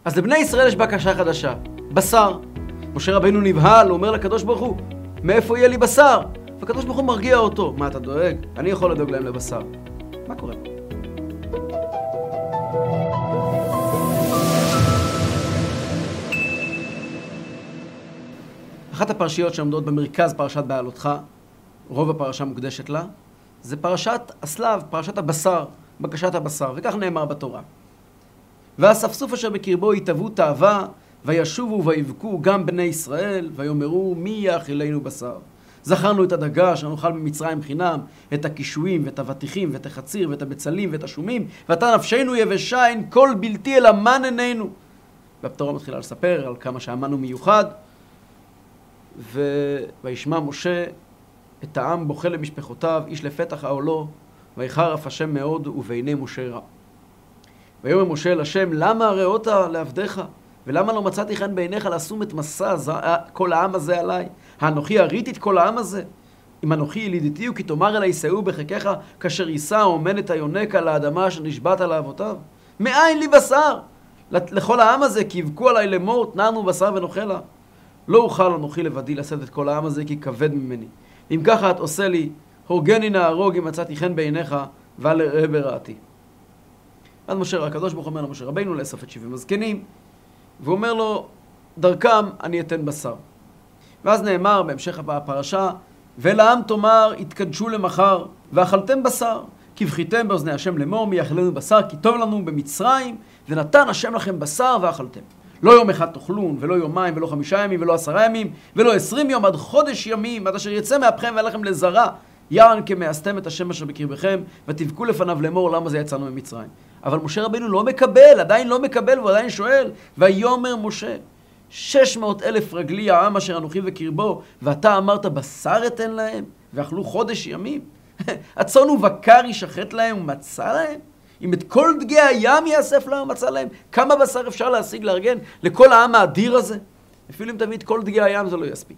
אז לבני ישראל יש בקשה חדשה, בשר. משה רבינו נבהל, הוא אומר לקדוש ברוך הוא, מאיפה יהיה לי בשר? והקדוש ברוך הוא מרגיע אותו. מה אתה דואג? אני יכול לדאוג להם לבשר. מה קורה? אחת הפרשיות שעומדות במרכז פרשת בעלותך, רוב הפרשה מוקדשת לה, זה פרשת הסלב, פרשת הבשר, בקשת הבשר, וכך נאמר בתורה. והאספסוף אשר בקרבו יתאבו תאווה, וישובו ויבכו גם בני ישראל, ויאמרו מי יאכילנו בשר. זכרנו את הדגה שנאכל במצרים חינם, את הקישואים ואת האבטיחים ואת החציר ואת הבצלים ואת השומים, ואתה נפשנו יבשה אין כל בלתי אלא מן עינינו. והפטורה מתחילה לספר על כמה שהמן הוא מיוחד, וישמע משה את העם בוכה למשפחותיו, איש לפתח העולו, ויחרף השם מאוד ובעיני משה רע. ויאמר משה אל השם, למה הראות לעבדיך? ולמה לא מצאתי חן בעיניך לשום את מסע כל העם הזה עליי? האנוכי הריתי את כל העם הזה? אם אנוכי ילידיתי וכי תאמר אלי שאו בחיקך, כאשר יישא אומן את היונק על האדמה אשר נשבעת לאבותיו? מאין לי בשר? לכל העם הזה כי יבכו עליי לאמור, תנענו בשר ונאכלה. לא אוכל אנוכי לבדי לשאת את כל העם הזה כי כבד ממני. אם ככה את עושה לי, הורגני נהרוג אם מצאתי חן בעיניך, ואל אראה ברעתי. אז הקדוש ברוך הוא אומר למשה רבינו לאסוף את 70 הזקנים, והוא אומר לו, דרכם אני אתן בשר. ואז נאמר בהמשך הפרשה, ולעם תאמר, התקדשו למחר, ואכלתם בשר. כי בכיתם באוזני השם לאמור, מי יאכלנו בשר, כי טוב לנו במצרים, ונתן השם לכם בשר ואכלתם. לא יום אחד תאכלון, ולא יומיים, ולא 5 ימים, ולא 10 ימים, ולא 20 יום, עד חודש ימים, עד אשר יצא מאפכם ועליכם לזרע, יען כמאסתם את השם אשר בקרבכם, ותבכו לפניו לאמור, למה זה יצאנו ממצרים. אבל משה רבינו לא מקבל, עדיין לא מקבל, והוא עדיין שואל, ויאמר משה, 600,000 רגלי העם אשר אנוכי בקרבו, ואתה אמרת בשר אתן להם, ואכלו חודש ימים. הצאן ובקר ישחט להם ומצא להם? אם את כל דגי הים יאסף להם ומצא להם, כמה בשר אפשר להשיג לארגן לכל העם האדיר הזה? אפילו אם תביא את כל דגי הים זה לא יספיק.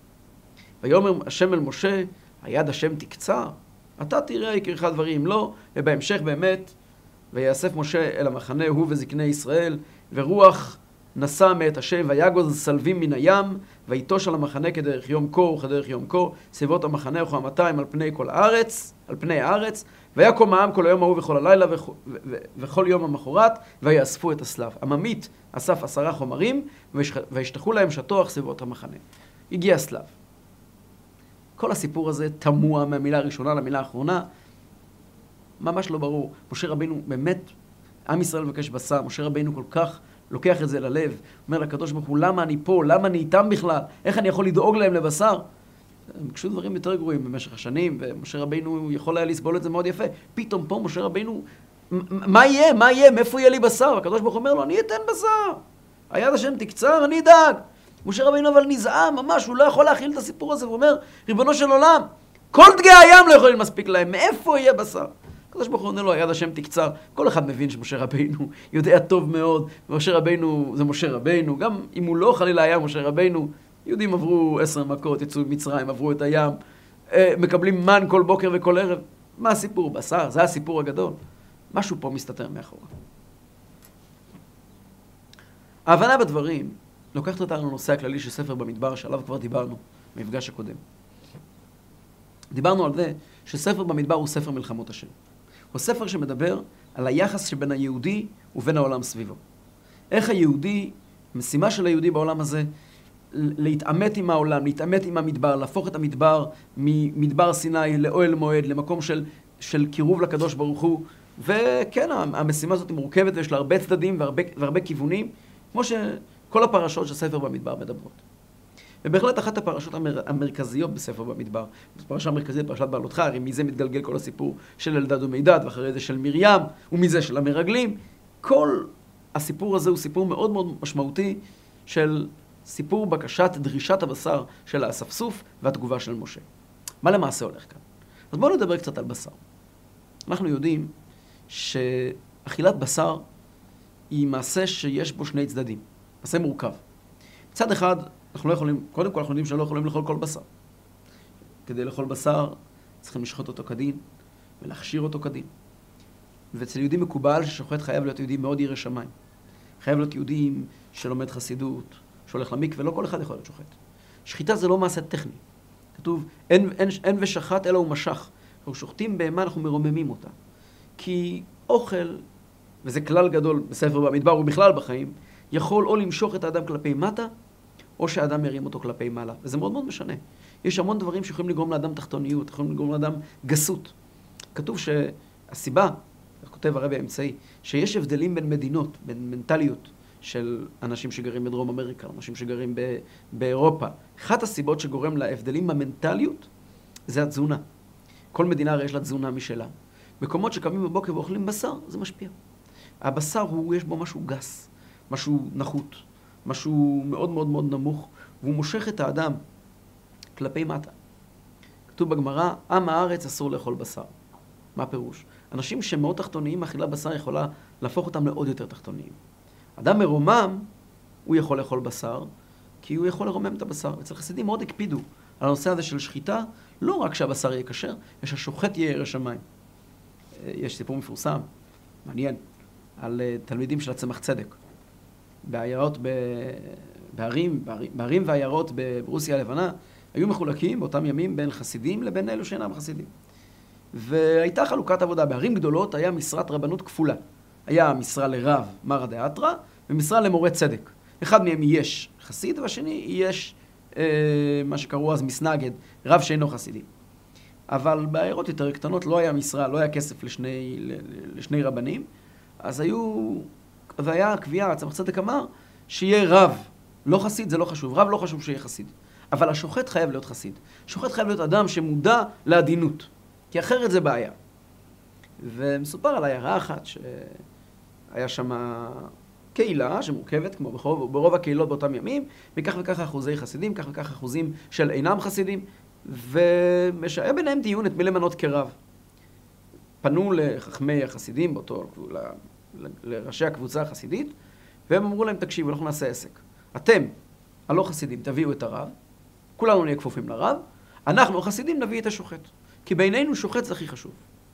ויאמר השם אל משה, היד השם תקצר, אתה תראה יקרך דברים, לא, ובהמשך באמת, ויאסף משה אל המחנה, הוא וזקני ישראל, ורוח נשא מאת השם, ויגוז סלבים מן הים, ויטוש על המחנה כדרך יום כה וכדרך יום כה, סביבות המחנה וכה 200 על פני כל הארץ, על פני הארץ, ויקום העם כל היום ההוא וכל הלילה וכל יום המחרת, ויאספו את הסלב. הממית אסף 10 חומרים, וישתחו להם שטוח סביבות המחנה. הגיע הסלב. כל הסיפור הזה תמוה מהמילה הראשונה למילה האחרונה, ממש לא ברור. משה רבינו באמת, עם ישראל מבקש בשר, משה רבינו כל כך לוקח את זה ללב, אומר לקדוש ברוך הוא, למה אני פה? למה אני איתם בכלל? איך אני יכול לדאוג להם לבשר? הם ביקשו דברים יותר גרועים במשך השנים, ומשה רבינו יכול היה לסבול את זה מאוד יפה. פתאום פה משה רבינו, מה יהיה? מה יהיה? מאיפה יהיה לי בשר? הקדוש ברוך הוא אומר לו, אני אתן בשר. היד השם תקצר, אני אדאג. משה רבינו אבל נזעם ממש, הוא לא יכול להכיל את הסיפור הזה, הוא אומר, ריבונו של עולם, כל דגי הים לא יכולים מספיק להם, מאיפה יהיה בשר? הקדוש ברוך הוא עונה לו, היד השם תקצר. כל אחד מבין שמשה רבינו יודע טוב מאוד, ומשה רבינו זה משה רבינו, גם אם הוא לא חלילה היה משה רבינו, יהודים עברו 10 מכות, יצאו ממצרים, עברו את הים, מקבלים מן כל בוקר וכל ערב. מה הסיפור? בשר, זה הסיפור הגדול. משהו פה מסתתר מאחורה. ההבנה בדברים לוקחת אותנו לנושא הכללי של ספר במדבר, שעליו כבר דיברנו במפגש הקודם. דיברנו על זה שספר במדבר הוא ספר מלחמות השם. הוא ספר שמדבר על היחס שבין היהודי ובין העולם סביבו. איך היהודי, המשימה של היהודי בעולם הזה, להתעמת עם העולם, להתעמת עם המדבר, להפוך את המדבר ממדבר סיני לאוהל מועד, למקום של קירוב לקדוש ברוך הוא. וכן, המשימה הזאת מורכבת ויש לה הרבה צדדים והרבה כיוונים, כמו שכל הפרשות של ספר במדבר מדברות. ובהחלט אחת הפרשות המרכזיות בספר במדבר, פרשה המרכזית, פרשת בעלותך, הרי מזה מתגלגל כל הסיפור של אלדד ומידד, ואחרי זה של מרים, ומזה של המרגלים. כל הסיפור הזה הוא סיפור מאוד מאוד משמעותי של סיפור בקשת דרישת הבשר של האספסוף והתגובה של משה. מה למעשה הולך כאן? אז בואו נדבר קצת על בשר. אנחנו יודעים שאכילת בשר היא מעשה שיש בו 2 צדדים, מעשה מורכב. צד אחד, אנחנו לא יכולים, קודם כל אנחנו יודעים שלא יכולים לאכול כל בשר. כדי לאכול בשר צריכים לשחוט אותו כדין ולהכשיר אותו כדין. ואצל יהודי מקובל ששוחט חייב להיות יהודי מאוד ירא שמיים. חייב להיות יהודי שלומד חסידות, שהולך למקווה, ולא כל אחד יכול להיות שוחט. שחיטה זה לא מעשה טכני. כתוב, אין ושחט אלא הוא משך. אנחנו שוחטים בהמה, אנחנו מרוממים אותה. כי אוכל, וזה כלל גדול בספר במדבר ובכלל בחיים, יכול או למשוך את האדם כלפי מטה, או שהאדם ירים אותו כלפי מעלה. וזה מאוד מאוד משנה. יש המון דברים שיכולים לגרום לאדם תחתוניות, יכולים לגרום לאדם גסות. כתוב שהסיבה, כותב הרבי האמצעי, שיש הבדלים בין מדינות, בין מנטליות של אנשים שגרים בדרום אמריקה, אנשים שגרים באירופה. אחת הסיבות שגורם להבדלים במנטליות זה התזונה. כל מדינה הרי יש לה תזונה משלה. מקומות שקמים בבוקר ואוכלים בשר, זה משפיע. הבשר יש בו משהו גס, משהו נחות, משהו מאוד מאוד מאוד נמוך, והוא מושך את האדם כלפי מטה. כתוב בגמרא, עם הארץ אסור לאכול בשר. מה הפירוש? אנשים שמאוד תחתוניים, אכילה בשר יכולה להפוך אותם לעוד יותר תחתוניים. אדם מרומם, הוא יכול לאכול בשר, כי הוא יכול לרומם את הבשר. אצל חסידים מאוד הקפידו על הנושא הזה של שחיטה, לא רק שהבשר יהיה כשר, שהשוחט יהיה ירא שמיים. יש סיפור מפורסם, מעניין, על תלמידים של הצמח צדק. בעיירות, בערים ועיירות ברוסיה הלבנה, היו מחולקים באותם ימים בין חסידים לבין אלו שאינם חסידים. והייתה חלוקת עבודה. בערים גדולות היה משרת רבנות כפולה. היה משרה לרב מרא דאתרא ומשרה למורה צדק. אחד מהם יש חסיד והשני יש מה שקראו אז מסנגד, רב שאינו חסידי. אבל בעיירות יותר קטנות לא היה משרה, לא היה כסף לשני רבנים, אז והיה קביעה, הצמח צדק אמר, שיהיה רב, לא חסיד, זה לא חשוב, רב לא חשוב שיהיה חסיד. אבל השוחט חייב להיות חסיד. השוחט חייב להיות אדם שמודע לעדינות, כי אחרת זה בעיה. ומסופר על עיירה אחת שהיה שם קהילה שמורכבת, כמו ברוב הקהילות באותם ימים, מכך וכך אחוזי חסידים, כך וכך אחוזים של אינם חסידים, ומשהיה ביניהם דיון את מי למנות כרב. פנו לחכמי החסידים, לראשי הקבוצה החסידית, והם אמרו להם, תקשיבו, אנחנו נעשה עסק. אתם, הלא חסידים, תביאו את הרב, כולנו נהיה כפופים לרב, אנחנו החסידים נביא את השוחט. כי בינינו שוחט זה הכי חשוב.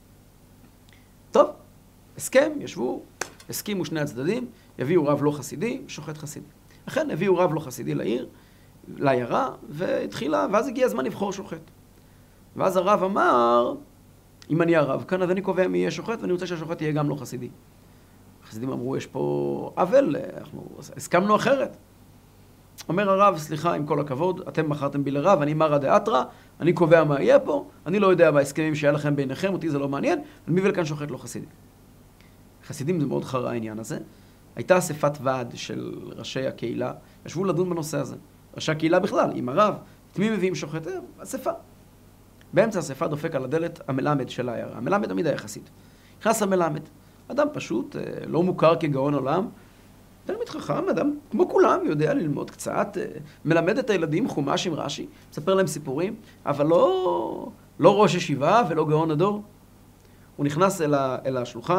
טוב, הסכם, ישבו, הסכימו שני הצדדים, יביאו רב לא חסידי, שוחט חסידי. אכן, הביאו רב לא חסידי לעיירה, והתחילה, ואז הגיע הזמן לבחור שוחט. ואז הרב אמר, אם אני הרב כאן, אז אני קובע מי יהיה שוחט, ואני רוצה שהשוחט יהיה גם לא חסידי. החסידים אמרו, יש פה עוול, אנחנו הסכמנו אחרת. אומר הרב, סליחה, עם כל הכבוד, אתם בחרתם בי לרב, אני מרא דאתרא, אני קובע מה יהיה פה, אני לא יודע בהסכמים שהיה לכם ביניכם, אותי זה לא מעניין, אני מביא לכאן שוחט לא חסידי. חסידים זה מאוד חרא העניין הזה. הייתה אספת ועד של ראשי הקהילה, ישבו לדון בנושא הזה. ראשי הקהילה בכלל, עם הרב, את מי מביאים שוחט? אספה. באמצע האספה דופק על הדלת המלמד של העיירה. המלמד תמיד היה חסיד. נכנס המלמד. אדם פשוט, לא מוכר כגאון עולם, תלמיד חכם, אדם כמו כולם, יודע ללמוד קצת, מלמד את הילדים חומש עם רש"י, מספר להם סיפורים, אבל לא ראש ישיבה ולא גאון הדור. הוא נכנס אל השולחן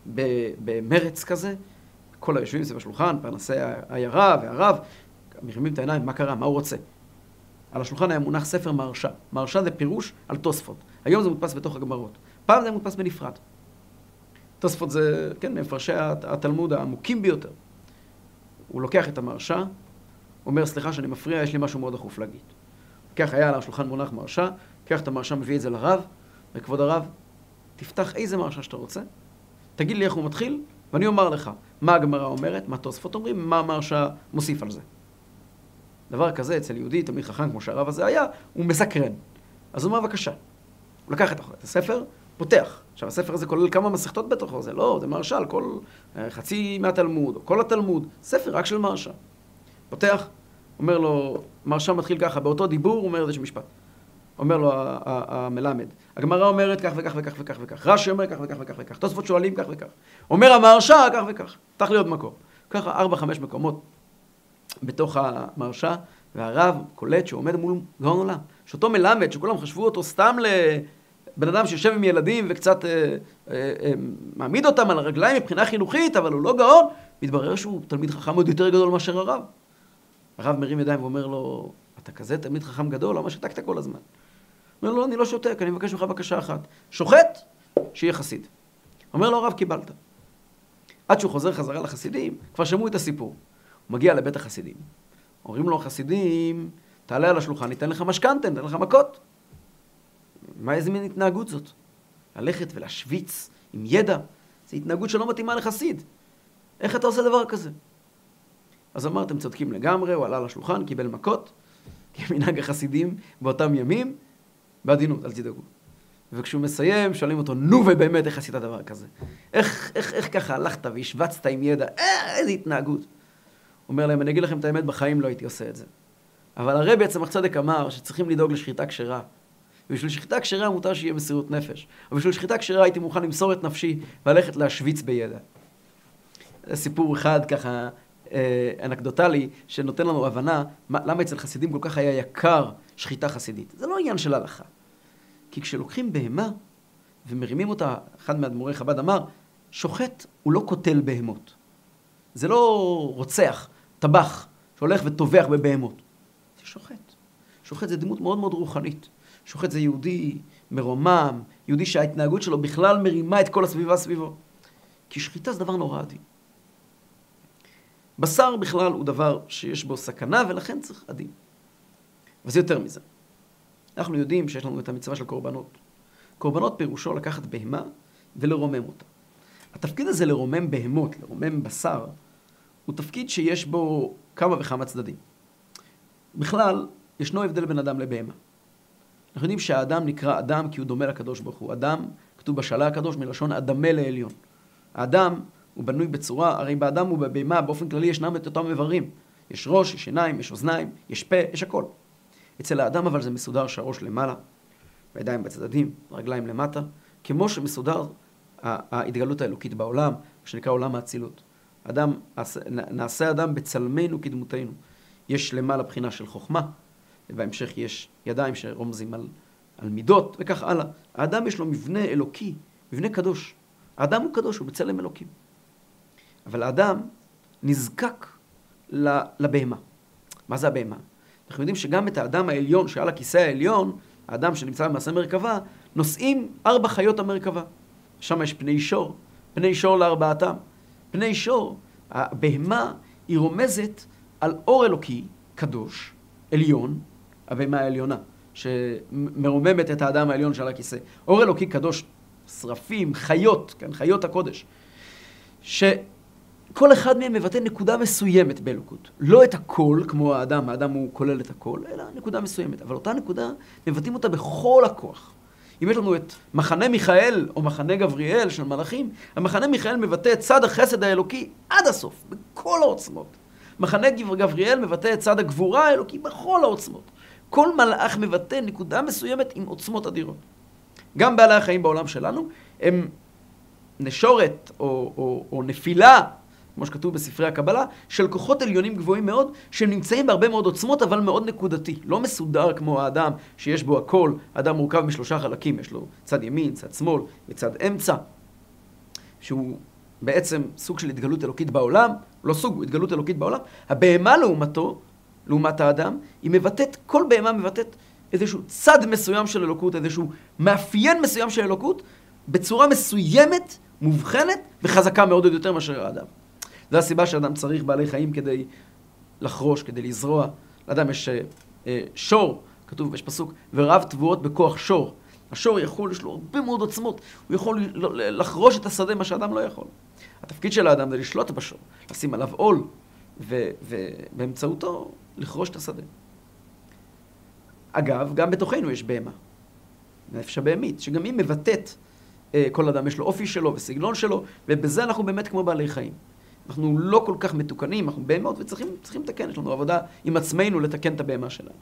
במרץ כזה, כל היושבים סביב השולחן, פרנסי העיירה והרב, מרימים את העיניים, מה קרה, מה הוא רוצה. על השולחן היה מונח ספר מהרש"א. מהרש"א זה פירוש על תוספות. היום זה מודפס בתוך הגמרות. פעם זה מודפס בנפרד. תוספות זה, כן, מפרשי התלמוד העמוקים ביותר. הוא לוקח את המהרש"א, אומר, סליחה שאני מפריע, יש לי משהו מאוד דחוף להגיד. כך היה על השולחן מונח מהרש"א, קח את המהרש"א, מביא את זה לרב, וכבוד הרב, תפתח איזה מהרש"א שאתה רוצה, תגיד לי איך הוא מתחיל, ואני אומר לך מה הגמרא אומרת, מה תוספות אומרים, מה המהרש"א מוסיף על זה. דבר כזה אצל יהודי, תלמיד חכם כמו שהרב הזה היה, הוא מסקרן. אז הוא אומר, בבקשה. הוא לקח את הספר, פותח. עכשיו, הספר הזה כולל כמה מסכתות בתוכו, זה לא, זה מהרש"א על כל חצי מהתלמוד, או כל התלמוד, ספר רק של מהרש"א. פותח, אומר לו, מהרש"א מתחיל ככה, באותו דיבור, הוא אומר איזה משפט. אומר לו המלמד, הגמרא אומרת כך וכך וכך וכך וכך, רש"י אומר כך וכך וכך וכך, תוספות שואלים כך וכך. אומר המהרש"א כך וכך, פתח לי עוד מקום. ככה 4-5 מקומות בתוך המהרש"א, והרב קולט שהוא עומד מול גאון עולם. שאותו מלמד, שכולם חשבו אותו סתם לבן אדם שיושב עם ילדים וקצת מעמיד אותם על הרגליים מבחינה חינוכית, אבל הוא לא גאון, מתברר שהוא תלמיד חכם עוד יותר גדול מאשר הרב. הרב מרים ידיים ואומר לו, אתה כזה תלמיד חכם גדול, למה שתקת כל הזמן? אומר לו, אני לא שותק, אני מבקש ממך בקשה אחת. שוחט, שיהיה חסיד. אומר לו הרב, קיבלת. עד שהוא חוזר חזרה לחסידים, כבר שמעו את הסיפור. הוא מגיע לבית החסידים. אומרים לו החסידים, תעלה על השולחן, ניתן לך משכנתה, ניתן לך מכות. איזה מין התנהגות זאת? ללכת ולהשוויץ עם ידע, זו התנהגות שלא מתאימה לחסיד. איך אתה עושה דבר כזה? אז אמרתם, צודקים לגמרי, הוא עלה על השולחן, קיבל מכות, כמנהג החסידים באותם ימים, בעדינות, אל תדאגו. וכשהוא מסיים, שואלים אותו, נו ובאמת, איך עשית דבר כזה? איך ככה הלכת והשווצת עם ידע? איזה התנהגות. הוא אומר להם, אני אגיד לכם את האמת, בחיים לא הייתי עושה את זה. אבל הרבי עצמך צדק אמר שצריכים לדאוג לשחיטה כשרה. ובשביל שחיטה כשרה מותר שיהיה מסירות נפש. אבל בשביל שחיטה כשרה הייתי מוכן למסור את נפשי וללכת להשוויץ בידע. זה סיפור אחד ככה אנקדוטלי שנותן לנו הבנה למה אצל חסידים כל כך היה יקר שחיטה חסידית. זה לא עניין של הלכה. כי כשלוקחים בהמה ומרימים אותה, אחד מהאדמו"רי חב"ד אמר, שוחט הוא לא קוטל בהמות. זה לא רוצח, טבח, שהולך וטובח בבהמות. זה שוחט. שוחט זה דמות מאוד מאוד רוחנית. שוחט זה יהודי מרומם, יהודי שההתנהגות שלו בכלל מרימה את כל הסביבה סביבו. כי שחיטה זה דבר נורא עדין. בשר בכלל הוא דבר שיש בו סכנה ולכן צריך עדין. וזה יותר מזה. אנחנו יודעים שיש לנו את המצווה של קורבנות. קורבנות פירושו לקחת בהמה ולרומם אותה. התפקיד הזה לרומם בהמות, לרומם בשר, הוא תפקיד שיש בו כמה וכמה צדדים. בכלל, ישנו הבדל בין אדם לבהמה. אנחנו יודעים שהאדם נקרא אדם כי הוא דומה לקדוש ברוך הוא. אדם, כתוב בשאלה הקדוש מלשון אדמה לעליון. האדם הוא בנוי בצורה, הרי באדם ובבהמה באופן כללי ישנם את אותם איברים. יש ראש, יש עיניים, יש אוזניים, יש פה, יש הכל. אצל האדם אבל זה מסודר שהראש למעלה, הידיים בצדדים, רגליים למטה, כמו שמסודר ההתגלות האלוקית בעולם, שנקרא עולם האצילות. אדם, נעשה אדם בצלמנו כדמותנו. יש למעלה בחינה של חוכמה, ובהמשך יש ידיים שרומזים על מידות, וכך הלאה. האדם יש לו מבנה אלוקי, מבנה קדוש. האדם הוא קדוש, הוא בצלם אלוקים. אבל האדם נזקק לבהמה. מה זה הבהמה? אנחנו יודעים שגם את האדם העליון, שעל הכיסא העליון, האדם שנמצא במעשה מרכבה, נושאים 4 חיות המרכבה. שם יש פני שור, פני שור לארבעתם. פני שור, הבהמה היא רומזת על אור אלוקי, קדוש, עליון, הבהמה העליונה, שמרוממת את האדם העליון שעל הכיסא. אור אלוקי קדוש, שרפים, חיות, כן, חיות הקודש, שכל אחד מהם מבטא נקודה מסוימת באלוקות. לא את הכל, כמו האדם, האדם הוא כולל את הכל, אלא נקודה מסוימת. אבל אותה נקודה, מבטאים אותה בכל הכוח. אם יש לנו את מחנה מיכאל או מחנה גבריאל של מלאכים, המחנה מיכאל מבטא את צד החסד האלוקי עד הסוף, בכל העוצמות. מחנה גבריאל מבטא את צד הגבורה האלוקי בכל העוצמות. כל מלאך מבטא נקודה מסוימת עם עוצמות אדירות. גם בעלי החיים בעולם שלנו הם נשורת או נפילה, כמו שכתוב בספרי הקבלה, של כוחות עליונים גבוהים מאוד, שהם נמצאים בהרבה מאוד עוצמות, אבל מאוד נקודתי. לא מסודר כמו האדם שיש בו הכל. האדם מורכב מ3 חלקים, יש לו צד ימין, צד שמאל וצד אמצע, שהוא בעצם סוג של התגלות אלוקית בעולם, לא סוג, הוא התגלות אלוקית בעולם. הבהמה לעומת האדם, היא מבטאת, כל בהמה מבטאת איזשהו צד מסוים של אלוקות, איזשהו מאפיין מסוים של אלוקות, בצורה מסוימת, מובחנת וחזקה מאוד עוד יותר מאשר האדם. זו הסיבה שאדם צריך בעלי חיים כדי לחרוש, כדי לזרוע. לאדם יש שור, כתוב, יש פסוק, ורב תבואות בכוח שור. השור יכול, יש לו הרבה מאוד עוצמות, הוא יכול לחרוש את השדה, מה שאדם לא יכול. התפקיד של האדם זה לשלוט בשור, לשים עליו עול, ובאמצעותו לחרוש את השדה. אגב, גם בתוכנו יש בהמה, נפש הבהמית, שגם היא מבטאת, כל אדם יש לו אופי שלו וסגנון שלו, ובזה אנחנו באמת כמו בעלי חיים. אנחנו לא כל כך מתוקנים, אנחנו בהמות וצריכים לתקן, יש לנו עבודה עם עצמנו לתקן את הבהמה שלנו.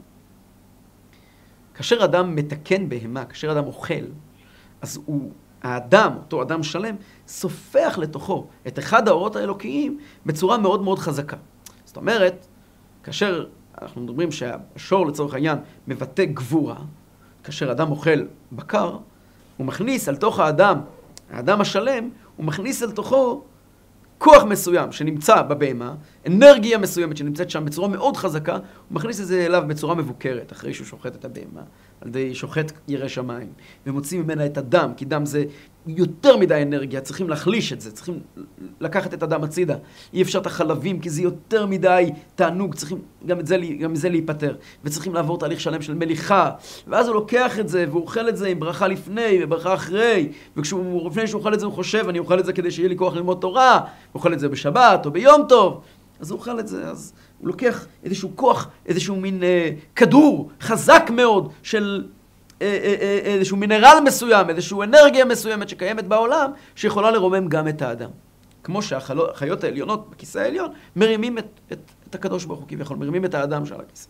כאשר אדם מתקן בהמה, כאשר אדם אוכל, אז האדם, אותו אדם שלם, סופח לתוכו את אחד האורות האלוקיים בצורה מאוד מאוד חזקה. זאת אומרת, כאשר אנחנו מדברים שהשור לצורך העניין מבטא גבורה, כאשר אדם אוכל בקר, הוא מכניס אל תוך האדם השלם, הוא מכניס אל תוכו כוח מסוים שנמצא בבהמה, אנרגיה מסוימת שנמצאת שם בצורה מאוד חזקה, הוא מכניס את זה אליו בצורה מבוקרת, אחרי שהוא שוחט את הבהמה, על ידי שוחט ירא שמיים, ומוציא ממנה את הדם, כי דם זה יותר מדי אנרגיה, צריכים להחליש את זה, צריכים לקחת את הדם הצידה. אי אפשר את החלבים, כי זה יותר מדי תענוג, צריכים גם מזה להיפטר, וצריכים לעבור תהליך שלם של מליחה, ואז הוא לוקח את זה, והוא אוכל את זה עם ברכה לפני וברכה אחרי, ולפני שהוא אוכל את זה הוא חושב, אני אוכל את זה כדי שיהיה לי כוח ללמוד תורה, הוא אוכל את זה בשבת או ביום טוב, אז הוא אוכל את זה, אז הוא לוקח איזשהו כוח, איזשהו מין כדור חזק מאוד של איזשהו מינרל מסוים, איזשהו אנרגיה מסוימת שקיימת בעולם, שיכולה לרומם גם את האדם. כמו שהחיות העליונות בכיסא העליון מרימים את הקדוש ברוך הוא כביכול, מרימים את האדם של הכיסא.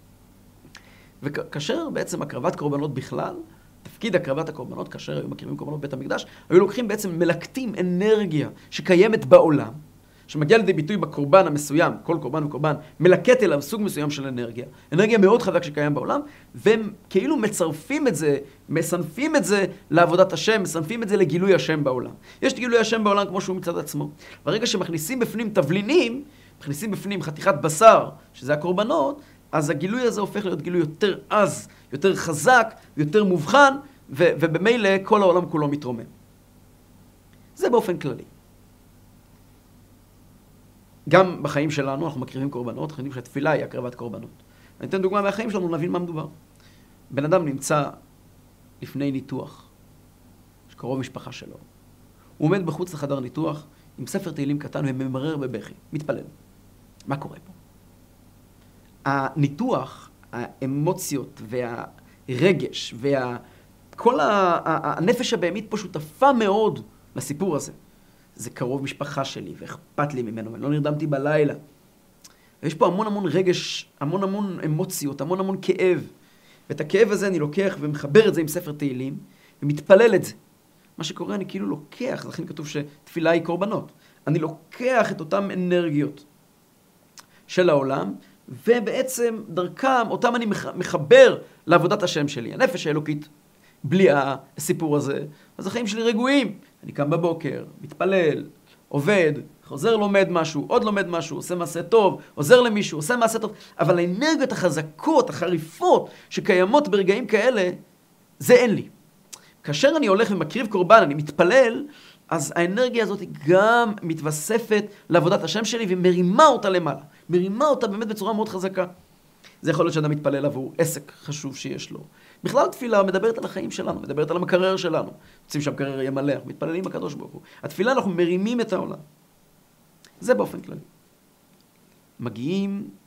וכאשר בעצם הקרבת קורבנות בכלל, תפקיד הקרבת הקורבנות, כאשר היו מקריבים קורבנות בית המקדש, היו לוקחים בעצם מלקטים אנרגיה שקיימת בעולם, שמגיע לידי ביטוי בקורבן המסוים, כל קורבן וקורבן, מלקט אליו סוג מסוים של אנרגיה מאוד חזק שקיים בעולם, והם כאילו מצרפים את זה, מסנפים את זה לעבודת השם, מסנפים את זה לגילוי השם בעולם. יש את גילוי השם בעולם כמו שהוא מצד עצמו. ברגע שמכניסים בפנים תבלינים, מכניסים בפנים חתיכת בשר, שזה הקורבנות, אז הגילוי הזה הופך להיות גילוי יותר עז, יותר חזק, יותר מובחן, ובמילא כל העולם כולו מתרומם. זה באופן כללי. גם בחיים שלנו אנחנו מקריבים קורבנות, אנחנו יודעים שהתפילה היא הקרבת קורבנות. אני אתן דוגמה מהחיים שלנו, נבין מה מדובר. בן אדם נמצא לפני ניתוח, שקרוב משפחה שלו. הוא עומד בחוץ לחדר ניתוח עם ספר תהילים קטן וממרר בבכי, מתפלל. מה קורה פה? הניתוח, האמוציות והרגש כל הנפש הבהמית פה שותפה מאוד לסיפור הזה. זה קרוב משפחה שלי, ואכפת לי ממנו, ואני לא נרדמתי בלילה. ויש פה המון המון רגש, המון המון אמוציות, המון המון כאב. ואת הכאב הזה אני לוקח ומחבר את זה עם ספר תהילים, ומתפלל את זה. מה שקורה, אני כאילו לוקח, לכן כתוב שתפילה היא קורבנות. אני לוקח את אותן אנרגיות של העולם, ובעצם דרכם, אותם אני מחבר לעבודת השם שלי, הנפש האלוקית. בלי הסיפור הזה, אז החיים שלי רגועים. אני קם בבוקר, מתפלל, עובד, חוזר לומד משהו, עוד לומד משהו, עושה מעשה טוב, עוזר למישהו, עושה מעשה טוב. אבל האנרגיות החזקות, החריפות, שקיימות ברגעים כאלה, זה אין לי. כאשר אני הולך ומקריב קורבן, אני מתפלל, אז האנרגיה הזאת גם מתווספת לעבודת השם שלי ומרימה אותה למעלה. מרימה אותה באמת בצורה מאוד חזקה. זה יכול להיות שאדם מתפלל עבור עסק חשוב שיש לו. בכלל תפילה מדברת על החיים שלנו, מדברת על המקרר שלנו. רוצים שהמקרר יהיה מלא, מתפללים בקדוש ברוך הוא. התפילה אנחנו מרימים את העולם. זה באופן כללי. מגיעים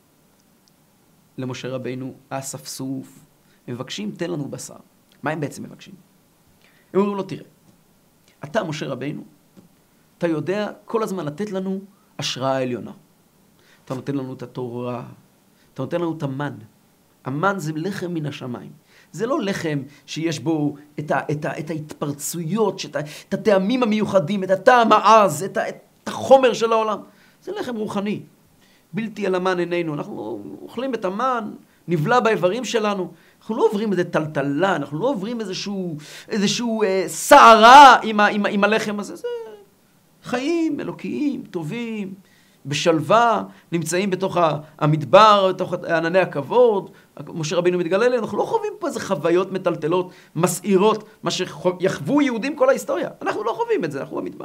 למשה רבינו, האספסוף, הם מבקשים, תן לנו בשר. מה הם בעצם מבקשים? הם אומרים לו, תראה, אתה משה רבינו, אתה יודע כל הזמן לתת לנו השראה עליונה. אתה נותן לנו את התורה, אתה נותן לנו את המן. המן זה לחם מן השמיים. זה לא לחם שיש בו את ההתפרצויות, את הטעמים המיוחדים, את הטעם העז, את החומר של העולם. זה לחם רוחני. בלתי על המן עינינו. אנחנו אוכלים את המן, נבלע באיברים שלנו. אנחנו לא עוברים איזה טלטלה, אנחנו לא עוברים איזשהו סערה עם הלחם הזה. זה חיים אלוקיים, טובים, בשלווה, נמצאים בתוך המדבר, בתוך ענני הכבוד. משה רבינו מתגלה אלינו, אנחנו לא חווים פה איזה חוויות מטלטלות, מסעירות, מה שיחוו יהודים כל ההיסטוריה. אנחנו לא חווים את זה, אנחנו במדבר.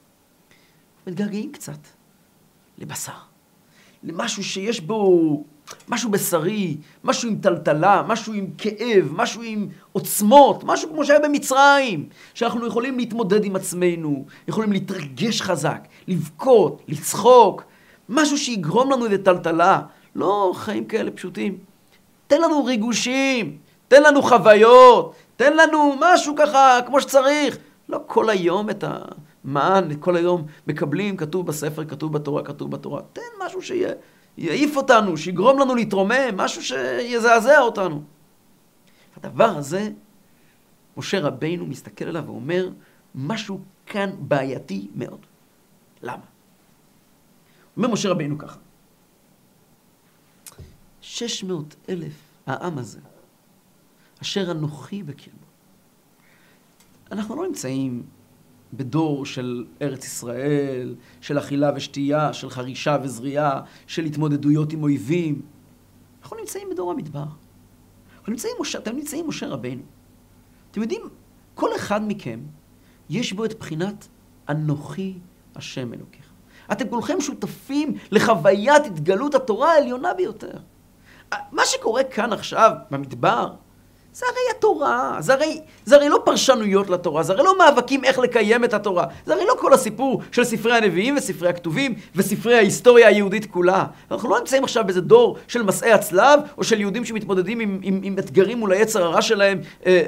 מתגעגעים קצת לבשר, למשהו שיש בו, משהו בשרי, משהו עם טלטלה, משהו עם כאב, משהו עם עוצמות, משהו כמו שהיה במצרים, שאנחנו יכולים להתמודד עם עצמנו, יכולים להתרגש חזק, לבכות, לצחוק, משהו שיגרום לנו איזה טלטלה, לא חיים כאלה פשוטים. תן לנו ריגושים, תן לנו חוויות, תן לנו משהו ככה כמו שצריך. לא כל היום את המן, כל היום מקבלים, כתוב בספר, כתוב בתורה, כתוב בתורה. תן משהו שיעיף אותנו, שיגרום לנו להתרומם, משהו שיזעזע אותנו. הדבר הזה, משה רבינו מסתכל עליו ואומר, משהו כאן בעייתי מאוד. למה? אומר משה רבינו ככה, 600,000 העם הזה, אשר אנוכי בקרבו. אנחנו לא נמצאים בדור של ארץ ישראל, של אכילה ושתייה, של חרישה וזריעה, של התמודדויות עם אויבים. אנחנו נמצאים בדור המדבר. אתם נמצאים משה רבינו. אתם יודעים, כל אחד מכם יש בו את בחינת אנוכי השם אלוקיך. אתם כולכם שותפים לחוויית התגלות התורה העליונה ביותר. מה שקורה כאן עכשיו במדבר, זה הרי התורה, זה הרי לא פרשנויות לתורה, זה הרי לא מאבקים איך לקיים את התורה, זה הרי לא כל הסיפור של ספרי הנביאים וספרי הכתובים וספרי ההיסטוריה היהודית כולה. אנחנו לא נמצאים עכשיו באיזה דור של מסעי הצלב, או של יהודים שמתמודדים עם אתגרים מול היצר הרע שלהם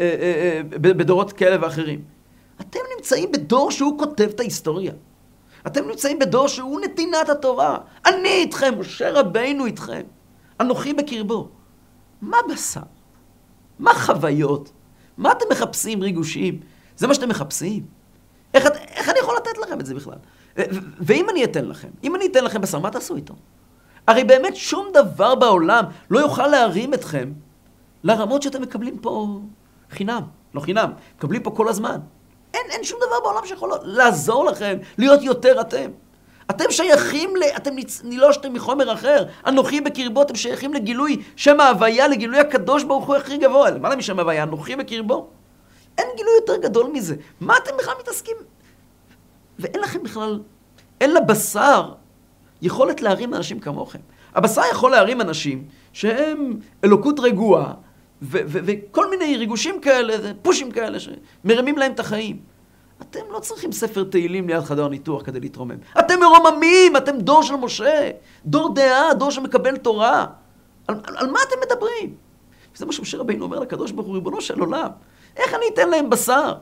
בדורות כאלה ואחרים. אתם נמצאים בדור שהוא כותב את ההיסטוריה. אתם נמצאים בדור שהוא נתינת התורה. אני איתכם, משה רבינו איתכם. אנוכי בקרבו. מה בשר? מה חוויות? מה אתם מחפשים ריגושים? זה מה שאתם מחפשים? איך אני יכול לתת לכם את זה בכלל? ואם אני אתן לכם בשר, מה תעשו איתו? הרי באמת שום דבר בעולם לא יוכל להרים אתכם לרמות שאתם מקבלים פה חינם. לא חינם, מקבלים פה כל הזמן. אין שום דבר בעולם שיכול לעזור לכם להיות יותר אתם. אתם שייכים אתם נילושתם מחומר אחר. אנוכי בקרבו, אתם שייכים לגילוי שם ההוויה, לגילוי הקדוש ברוך הוא הכי גבוה. למעלה משם ההוויה, אנוכי בקרבו. אין גילוי יותר גדול מזה. מה אתם בכלל מתעסקים? ואין לכם בכלל, אין לבשר יכולת להרים אנשים כמוכם. הבשר יכול להרים אנשים שהם אלוקות רגועה, וכל מיני ריגושים כאלה, פושים כאלה שמרימים להם את החיים. אתם לא צריכים ספר תהילים ליד חדר ניתוח כדי להתרומם. אתם מרוממים, אתם דור של משה, דור דעה, דור שמקבל תורה. על מה אתם מדברים? וזה מה שמשה רבינו אומר לקדוש ברוך הוא, ריבונו של עולם. איך אני אתן להם בשר?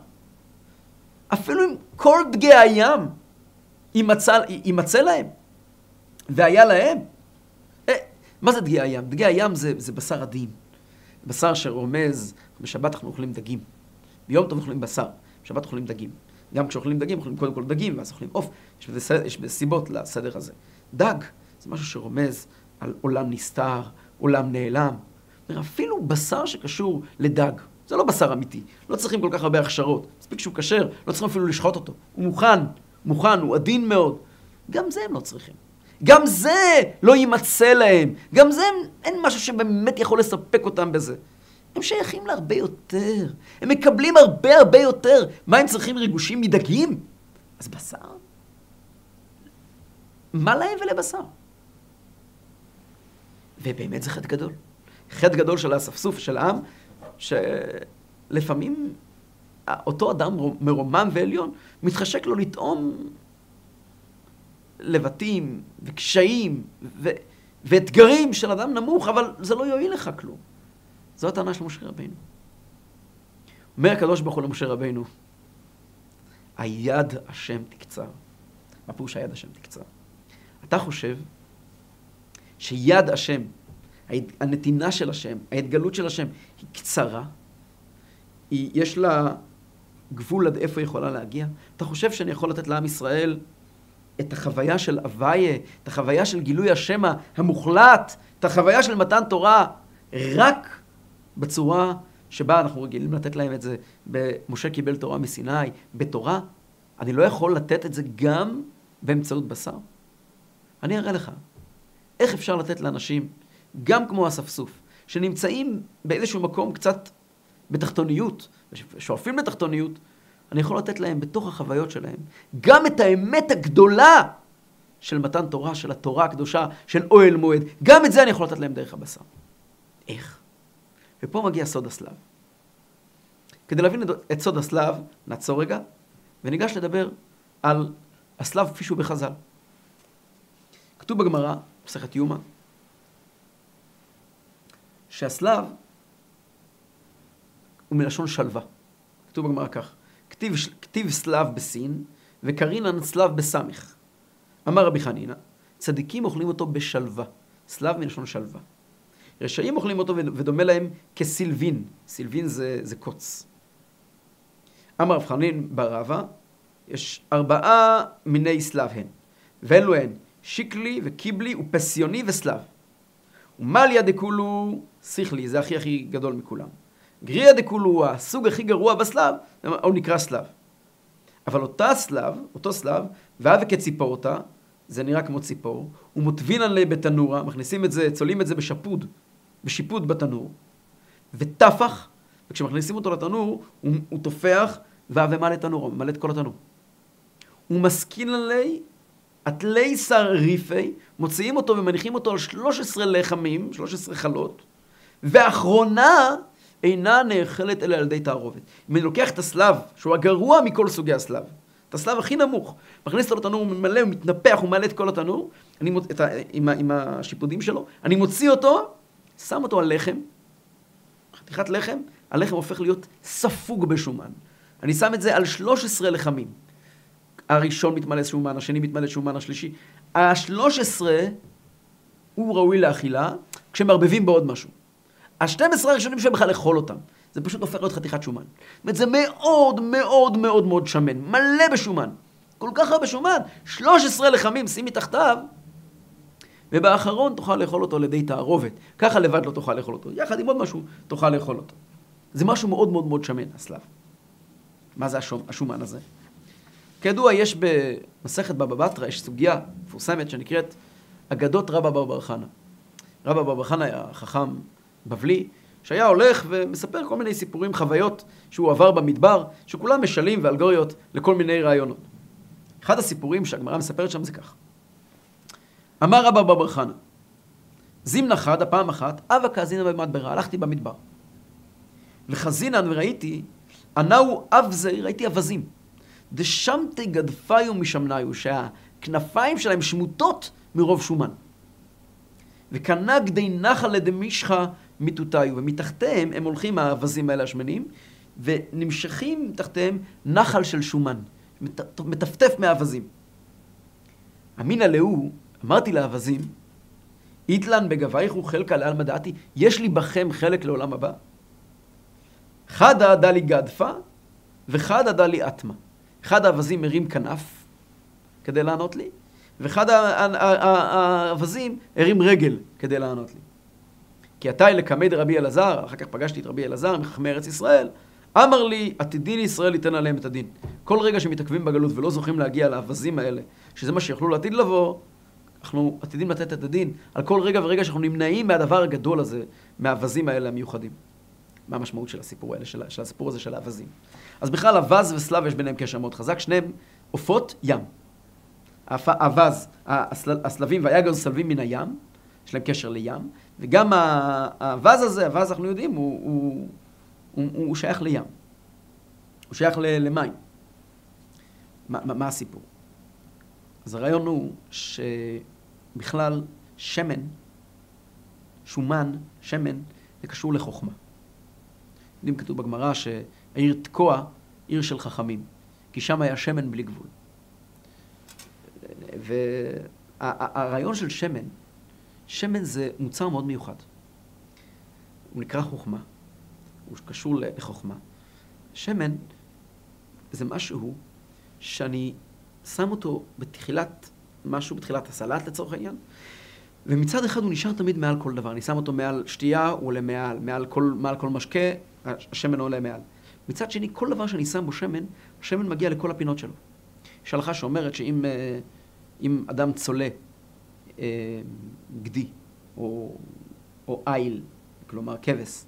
אפילו אם כל דגי הים יימצא להם, והיה להם. מה זה דגי הים? דגי הים זה בשר עדין. בשר שרומז, בשבת אנחנו אוכלים דגים. ביום טוב אוכלים בשר, בשבת אוכלים דגים. גם כשאוכלים דגים, אוכלים קודם כל דגים, ואז אוכלים עוף. יש בזה סיבות לסדר הזה. דג זה משהו שרומז על עולם נסתר, עולם נעלם. אפילו בשר שקשור לדג, זה לא בשר אמיתי. לא צריכים כל כך הרבה הכשרות. מספיק שהוא כשר, לא צריכים אפילו לשחוט אותו. הוא מוכן, הוא עדין מאוד. גם זה הם לא צריכים. גם זה לא יימצא להם. גם זה אין משהו שבאמת יכול לספק אותם בזה. הם שייכים להרבה יותר. הם מקבלים הרבה יותר. מה הם צריכים ריגושים מדגים? אז בשר? מה להם ולבשר? ובאמת זה חטא גדול. חטא גדול של האספסוף, של העם, שלפעמים אותו אדם מרומם ועליון מתחשק לו לטעום לבטים וקשיים ואתגרים של אדם נמוך, אבל זה לא יועיל לך כלום. זו הטענה של משה רבינו. אומר הקדוש ברוך הוא למשה רבינו, היד השם תקצר. מה פירוש היד השם תקצר? אתה חושב שיד השם, הנתינה של השם, ההתגלות של השם, היא קצרה? יש לה גבול עד איפה היא יכולה להגיע? אתה חושב שאני יכול לתת לעם ישראל את החוויה של הוויה, את החוויה של גילוי השם המוחלט, את החוויה של מתן תורה, רק בצורה שבה אנחנו רגילים לתת להם את זה, משה קיבל תורה מסיני, בתורה? אני לא יכול לתת את זה גם באמצעות בשר? אני אראה לך איך אפשר לתת לאנשים, גם כמו אספסוף, שנמצאים באיזשהו מקום קצת בתחתוניות, שואפים לתחתוניות, אני יכול לתת להם בתוך החוויות שלהם, גם את האמת הגדולה של מתן תורה, של התורה הקדושה, של אוהל מועד, גם את זה אני יכול לתת להם דרך הבשר. איך? ופה מגיע סוד הסלב. כדי להבין את סוד הסלב, נעצור רגע, וניגש לדבר על הסלב כפי שהוא בחז"ל. כתוב בגמרא, מסכת יומא, שהסלב הוא מלשון שלווה. כתוב בגמרא כך, כתיב סלב בסין, וקרינן סלב בסמך. אמר רבי חנינא, צדיקים אוכלים אותו בשלווה. סלב מלשון שלווה. רשעים אוכלים אותו ודומה להם כסילבין. סילבין זה קוץ. אמר רב חנין בר רבא, יש 4 מיני סלב הן. ואלו הן שיקלי וקיבלי ופסיוני וסלב. ומליה דקולו שכלי, זה הכי גדול מכולם. גריה דקולו, הסוג הכי גרוע בסלב, הוא נקרא סלב. אבל אותו סלב, ואהבה כציפור אותה, זה נראה כמו ציפור, ומוטבין עליה בתנורה, מכניסים את זה, צולים את זה בשיפוד בתנור, וטפח, וכשמכניסים אותו לתנור, הוא תופח, ואהבה מלא תנור, הוא מלא את כל התנור. הוא מסכין עלי, עתלי שר ריפי, מוציאים אותו ומניחים אותו על 13 לחמים, 13 חלות, ואחרונה אינה נאכלת אלא על ידי תערובת. אם אני לוקח את הסלב, שהוא הגרוע מכל סוגי הסלב, את הסלב הכי נמוך, מכניס אותו לתנור, הוא ממלא, הוא מתנפח, הוא מעלה את כל התנור, עם השיפודים שלו, אני מוציא אותו, שם אותו על לחם, חתיכת לחם, הלחם הופך להיות ספוג בשומן. אני שם את זה על 13 לחמים. הראשון מתמלא שומן, השני מתמלא שומן, השלישי. ה-13 הוא ראוי לאכילה, כשמערבבים בעוד משהו. ה-12 הראשונים שבכלל לאכול אותם. זה פשוט הופך להיות חתיכת שומן. זאת אומרת, זה מאוד מאוד מאוד מאוד שמן, מלא בשומן. כל כך הרבה שומן, 13 לחמים שימי תחתיו, ובאחרון תוכל לאכול אותו על ידי תערובת. ככה לבד לא תוכל לאכול אותו. יחד עם עוד משהו תוכל לאכול אותו. זה משהו מאוד מאוד מאוד שמן, הסלב. מה זה השומן הזה? כידוע, יש במסכת בבא בתרא, יש סוגיה מפורסמת שנקראת אגדות רבא בר בר חנא. רבא בר בר חנא היה חכם בבלי, שהיה הולך ומספר כל מיני סיפורים, חוויות שהוא עבר במדבר, שכולם משלים ואלגוריות לכל מיני רעיונות. אחד הסיפורים שהגמרא מספרת שם זה כך. אמר רבא בר בר חנא, זימנה חד, הפעם אחת, אבא כאזינה במדברה, הלכתי במדבר. וחזינן וראיתי, ענאו אבזי, ראיתי אבזים. דשמתי גדפיו משמניו, שהכנפיים שלהם שמוטות מרוב שומן. וכנה גדי נחל לדמישך מיטוטיו, ומתחתיהם הם הולכים האבזים האלה השמנים, ונמשכים מתחתיהם נחל של שומן, מטפטף מהאבזים. אמינא להו, אמרתי לאבזים, איתלן בגבייכו חלקה לעלמא דעתי, יש לי בכם חלק לעולם הבא? חדא דלי גדפה, וחדא דלי אטמה. אחד האבזים מרים כנף כדי לענות לי, ואחד האבזים הרים רגל כדי לענות לי. כי עתה לקמא דרבי אלעזר, אחר כך פגשתי את רבי אלעזר מחכמי ארץ ישראל, אמר לי, עתידין ישראל ייתן עליהם את הדין. כל רגע שמתעכבים בגלות ולא זוכים להגיע לאבזים האלה, שזה מה שיכולו לעתיד לבוא, אנחנו עתידים לתת את הדין על כל רגע ורגע שאנחנו נמנעים מהדבר הגדול הזה, מהאבזים האלה המיוחדים. מה המשמעות של הסיפור האלה, של הסיפור הזה של האבזים? אז בכלל, אבז וסלב יש ביניהם קשר מאוד חזק, שניהם עופות ים. האבז, הסלבים והיגר סלבים מן הים, יש להם קשר לים, וגם האבז הזה, האבז אנחנו יודעים, הוא שייך לים. הוא שייך למים. מה הסיפור? אז הרעיון הוא שבכלל שמן, שומן, שמן, זה קשור לחוכמה. יודעים, כתוב בגמרא שהעיר תקוע, עיר של חכמים, כי שם היה שמן בלי גבול. והרעיון של שמן, שמן זה מוצר מאוד מיוחד. הוא נקרא חוכמה, הוא קשור לחוכמה. שמן זה משהו שאני שם אותו בתחילת משהו, בתחילת הסלט לצורך העניין, ומצד אחד הוא נשאר תמיד מעל כל דבר. אני שם אותו מעל שתייה, הוא עולה מעל כל משקה, השמן עולה מעל. מצד שני, כל דבר שאני שם בו שמן, השמן מגיע לכל הפינות שלו. יש הלכה שאומרת שאם אדם צולה גדי או איל, כלומר כבש,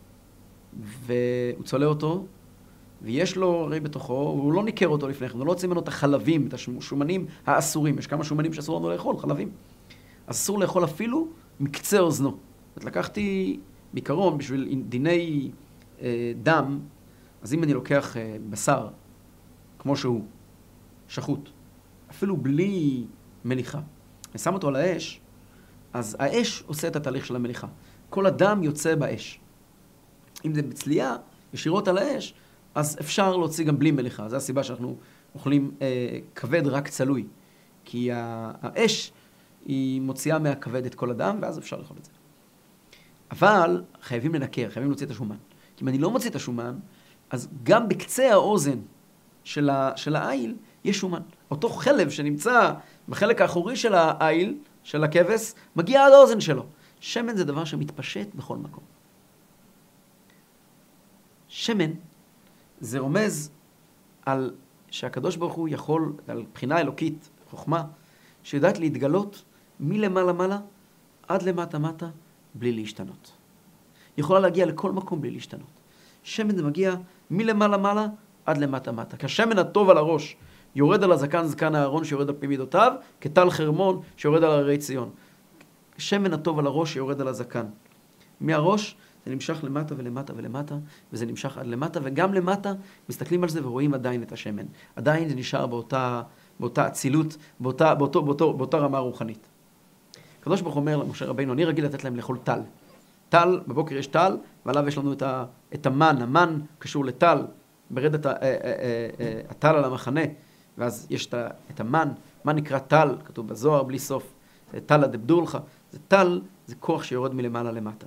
והוא צולה אותו, ויש לו הרי בתוכו, הוא לא ניקר אותו לפני כן, הוא לא יוצא ממנו את החלבים, את השומנים האסורים. יש כמה שומנים שאסור לנו לאכול, חלבים. אז אסור לאכול אפילו מקצה אוזנו. אז לקחתי בעיקרון בשביל דיני דם, אז אם אני לוקח בשר, כמו שהוא, שחוט, אפילו בלי מליחה, אני שם אותו על האש, אז האש עושה את התהליך של המליחה. כל הדם יוצא באש. אם זה בצלייה, ישירות על האש, אז אפשר להוציא גם בלי מליחה. זו הסיבה שאנחנו אוכלים כבד רק צלוי. כי האש היא מוציאה מהכבד את כל הדם, ואז אפשר לאכול את זה. אבל חייבים לנקר, חייבים להוציא את השומן. כי אם אני לא מוציא את השומן, אז גם בקצה האוזן של העיל יש שומן. אותו חלב שנמצא בחלק האחורי של העיל, של הכבש, מגיע עד האוזן שלו. שמן זה דבר שמתפשט בכל מקום. שמן זה רומז על שהקדוש ברוך הוא יכול, על בחינה אלוקית, חוכמה, שיודעת להתגלות מלמעלה מעלה עד למטה מטה בלי להשתנות. היא יכולה להגיע לכל מקום בלי להשתנות. שמן זה מגיע מלמעלה מעלה עד למטה מטה. כשמן הטוב על הראש יורד על הזקן זקן הארון שיורד על פי מידותיו, כטל חרמון שיורד על הרי ציון. שמן הטוב על הראש יורד על הזקן. מהראש זה נמשך למטה ולמטה ולמטה, וזה נמשך עד למטה, וגם למטה מסתכלים על זה ורואים עדיין את השמן. עדיין זה נשאר באותה אצילות, באותה רמה רוחנית. הקדוש ברוך הוא אומר למשה רבינו, אני רגיל לתת להם לאכול טל. טל, בבוקר יש טל, ועליו יש לנו את המן. המן קשור לטל, ברד הטל על המחנה, ואז יש את המן. מה נקרא טל? כתוב בזוהר בלי סוף. טל הדבדור לך. זה טל, זה כוח שיורד מלמעלה למטה.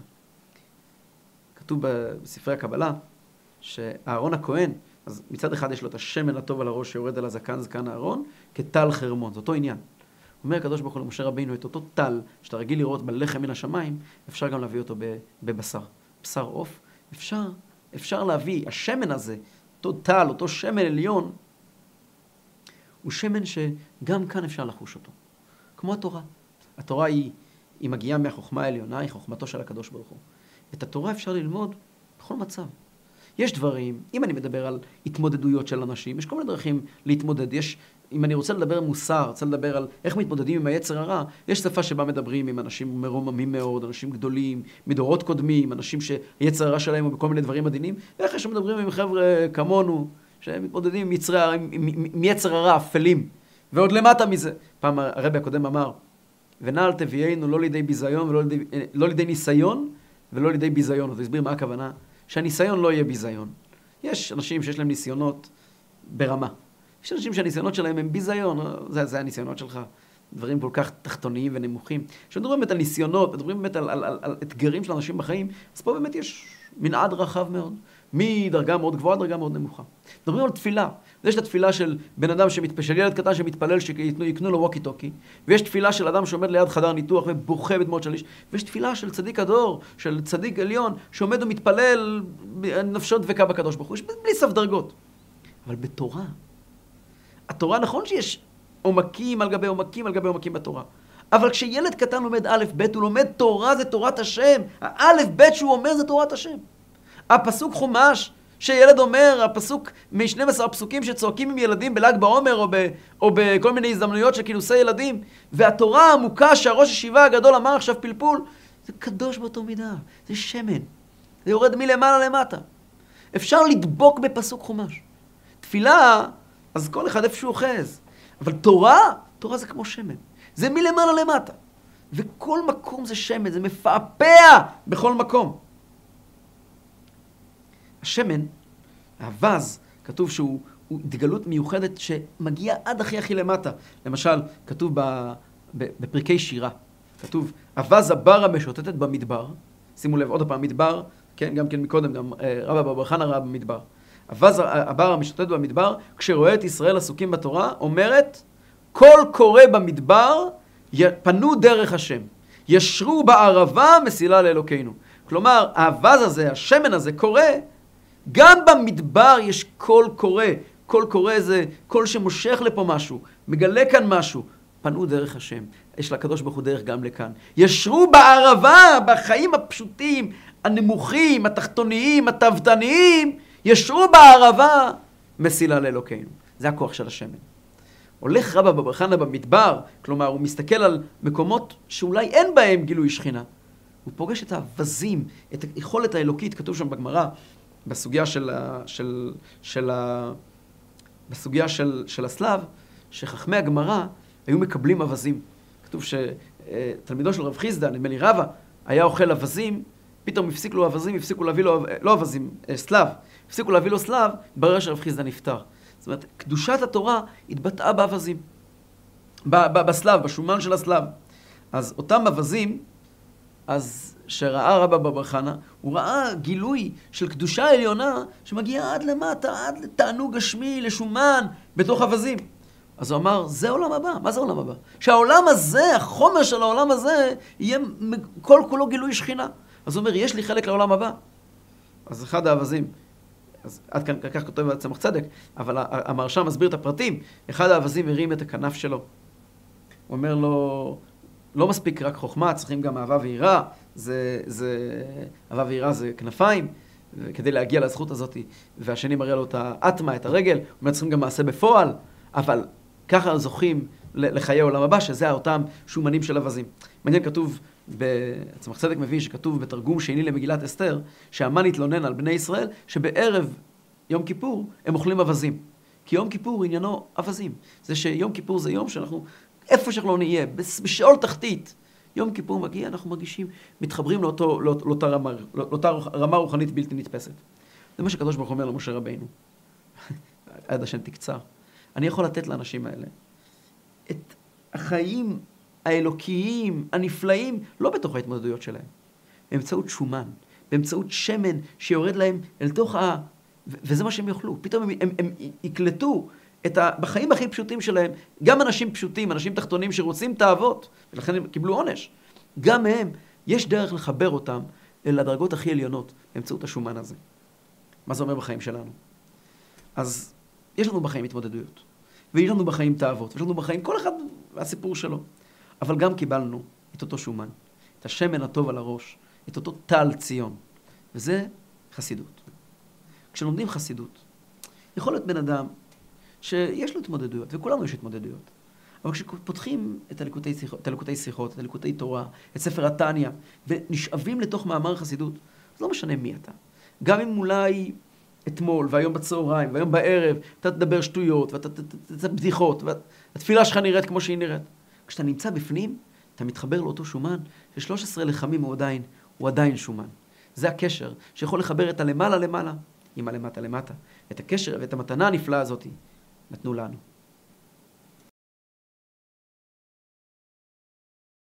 כתוב בספרי הקבלה, שהארון הכהן, אז מצד אחד יש לו את השמן הטוב על הראש שיורד על הזקן, זקן הארון, כטל חרמון. זה אותו עניין. אומר הקדוש ברוך הוא למשה רבינו, את אותו טל שאתה רגיל לראות בלחם מן השמיים, אפשר גם להביא אותו בבשר. בשר עוף, אפשר להביא, השמן הזה, אותו טל, אותו שמן עליון, הוא שמן שגם כאן אפשר לחוש אותו. כמו התורה. התורה היא מגיעה מהחוכמה העליונה, היא חוכמתו של הקדוש ברוך הוא. את התורה אפשר ללמוד בכל מצב. יש דברים, אם אני מדבר על התמודדויות של אנשים, יש כל מיני דרכים להתמודד. אם אני רוצה לדבר מוסר, רוצה לדבר על איך מתמודדים עם היצר הרע, יש שפה שבה מדברים עם אנשים מרוממים מאוד, אנשים גדולים, מדורות קודמים, אנשים שהיצר הרע שלהם הוא בכל מיני דברים עדינים, ואחרי שמדברים עם חבר'ה כמונו, שהם מתמודדים עם יצר הרע, אפלים. ועוד למטה מזה. פעם הרבי הקודם אמר, ונעל תביאנו לא לידי ביזיון, לא לידי ניסיון, ולא לידי ביזיון. אז הסביר מה הכוונה? שהניסיון לא יהיה ביזיון. יש אנשים שיש להם ניסיונות ברמה. יש אנשים שהניסיונות שלהם הם ביזיון, זה הניסיונות שלך. דברים כל כך תחתוניים ונמוכים. כשמדברים באמת על ניסיונות, מדברים באמת על אתגרים של אנשים בחיים, אז פה באמת יש מנעד רחב מאוד. מדרגה מאוד גבוהה, דרגה מאוד נמוכה. מדברים על תפילה. יש את התפילה של בן אדם של ילד קטן שמתפלל שיקנו לו ווקי טוקי, ויש תפילה של אדם שעומד ליד חדר ניתוח ובוכה בדמעות שליש, ויש תפילה של צדיק הדור, של צדיק עליון, שעומד ומתפלל נפשו דבקה בקדוש ברוך הוא. יש בלי סף דרגות. אבל בתורה, התורה נכון שיש עומקים על גבי עומקים על גבי עומקים בתורה. אבל כשילד קטן לומד א' ב', הוא לומד תורה, זה תורת השם. האלף ב' שהוא אומר זה תורת השם. הפסוק חומש שילד אומר, הפסוק מ-12 הפסוקים שצועקים עם ילדים בל"ג בעומר או בכל מיני הזדמנויות של כינוסי ילדים, והתורה העמוקה שהראש הישיבה הגדול אמר עכשיו פלפול, זה קדוש באותו מידה, זה שמן. זה יורד מלמעלה למטה. אפשר לדבוק בפסוק חומש. תפילה, אז כל אחד איפה שהוא אוחז. אבל תורה זה כמו שמן. זה מלמעלה למטה. וכל מקום זה שמן, זה מפעפע בכל מקום. השמן, הווז, כתוב שהוא התגלות מיוחדת שמגיעה עד הכי למטה. למשל, כתוב בפרקי שירה, כתוב, הווז הבר המשוטטת במדבר, שימו לב, עוד הפעם, מדבר, כן, גם כן מקודם, גם רבא בר בר חנא ראה במדבר. הווז הבר המשוטטת במדבר, כשרואה את ישראל עסוקים בתורה, אומרת, כל קורא במדבר, פנו דרך השם. ישרו בערבה מסילה לאלוקינו. כלומר, הווז הזה, השמן הזה, קורא, גם במדבר יש קול קורא. קול קורא זה קול שמושך לפה משהו, מגלה כאן משהו. פנו דרך השם. יש לקדוש ברוך הוא דרך גם לכאן. ישרו בערבה, בחיים הפשוטים, הנמוכים, התחתוניים, התבדניים, ישרו בערבה מסילה לאלוקינו. זה הכוח של השמן. הולך רבא בר בר חנא במדבר, כלומר הוא מסתכל על מקומות שאולי אין בהם גילוי שכינה. הוא פוגש את האווזים, את היכולת האלוקית, כתוב שם בגמרא, בסוגיה בסוגיה של הסלב, שחכמי הגמרא היו מקבלים אווזים. כתוב שתלמידו של רב חיסדא, נדמה לי רבא, היה אוכל אווזים, פתאום הפסיקו לו אווזים, הפסיקו להביא לו, לא אווזים, סלב, הפסיקו להביא לו סלב, ברר שרב חיסדא נפטר. זאת אומרת, קדושת התורה התבטאה באווזים, בסלב, בשומן של הסלב. אז אותם אווזים, אז שראה רבא בר בר חנא, הוא ראה גילוי של קדושה עליונה שמגיעה עד למטה, עד לתענוג גשמי, לשומן, בתוך אווזים. אז הוא אמר, זה עולם הבא. מה זה עולם הבא? שהעולם הזה, החומר של העולם הזה, יהיה כל כולו גילוי שכינה. אז הוא אומר, יש לי חלק לעולם הבא. אז אחד האווזים אז עד כאן כך כותב הצמח צדק, אבל המהרש"ם מסביר את הפרטים. אחד האווזים הרים את הכנף שלו. הוא אומר לו, לא מספיק רק חוכמה, צריכים גם אהבה ויראה. אהבה ויראה זה כנפיים, כדי להגיע לזכות הזאת. והשני מראה לו את האטמה, את הרגל. הוא אומר, צריכים גם מעשה בפועל, אבל ככה זוכים לחיי העולם הבא, שזה אותם שומנים של אווזים. מעניין, כתוב, הצמח צדק מביא שכתוב בתרגום שני למגילת אסתר, שהמן התלונן על בני ישראל, שבערב יום כיפור הם אוכלים אווזים. כי יום כיפור עניינו אווזים. זה שיום כיפור זה יום שאנחנו, איפה שאנחנו לא נהיה, בשאול תחתית, יום כיפור מגיע, אנחנו מרגישים, מתחברים לאותה רמה רוחנית בלתי נתפסת. זה מה שקדוש ברוך הוא אומר למשה רבינו. עד השם תקצר. אני יכול לתת לאנשים האלה את החיים האלוקיים, הנפלאים, לא בתוך ההתמודדויות שלהם. באמצעות שומן, באמצעות שמן שיורד להם אל תוך וזה מה שהם יאכלו. פתאום הם יקלטו בחיים הכי פשוטים שלהם, גם אנשים פשוטים, אנשים תחתונים שרוצים תאוות, ולכן הם קיבלו עונש. גם הם, יש דרך לחבר אותם אל הדרגות הכי עליונות, באמצעות השומן הזה. מה זה אומר בחיים שלנו? אז יש לנו בחיים התמודדויות, ויש לנו בחיים תאוות, ויש לנו בחיים כל אחד והסיפור שלו. אבל גם קיבלנו את אותו שומן, את השמן הטוב על הראש, את אותו טל ציון. וזה חסידות. כשלומדים חסידות, יכול להיות בן אדם שיש לו התמודדויות, וכולנו יש התמודדויות. אבל כשפותחים את הליקוטי שיחות, את הליקוטי תורה, את ספר התניא, ונשאבים לתוך מאמר חסידות, אז לא משנה מי אתה. גם אם אולי אתמול, והיום בצהריים, והיום בערב, אתה תדבר שטויות, ואתה תצא בדיחות, והתפילה שלך נראית כמו שהיא נראית. כשאתה נמצא בפנים, אתה מתחבר לאותו שומן, ש13 לחמים הוא עדיין שומן. זה הקשר שיכול לחבר את הלמעלה למעלה, עם הלמטה למטה. את הקשר ואת המתנה הנפלאה הזאת נתנו לנו.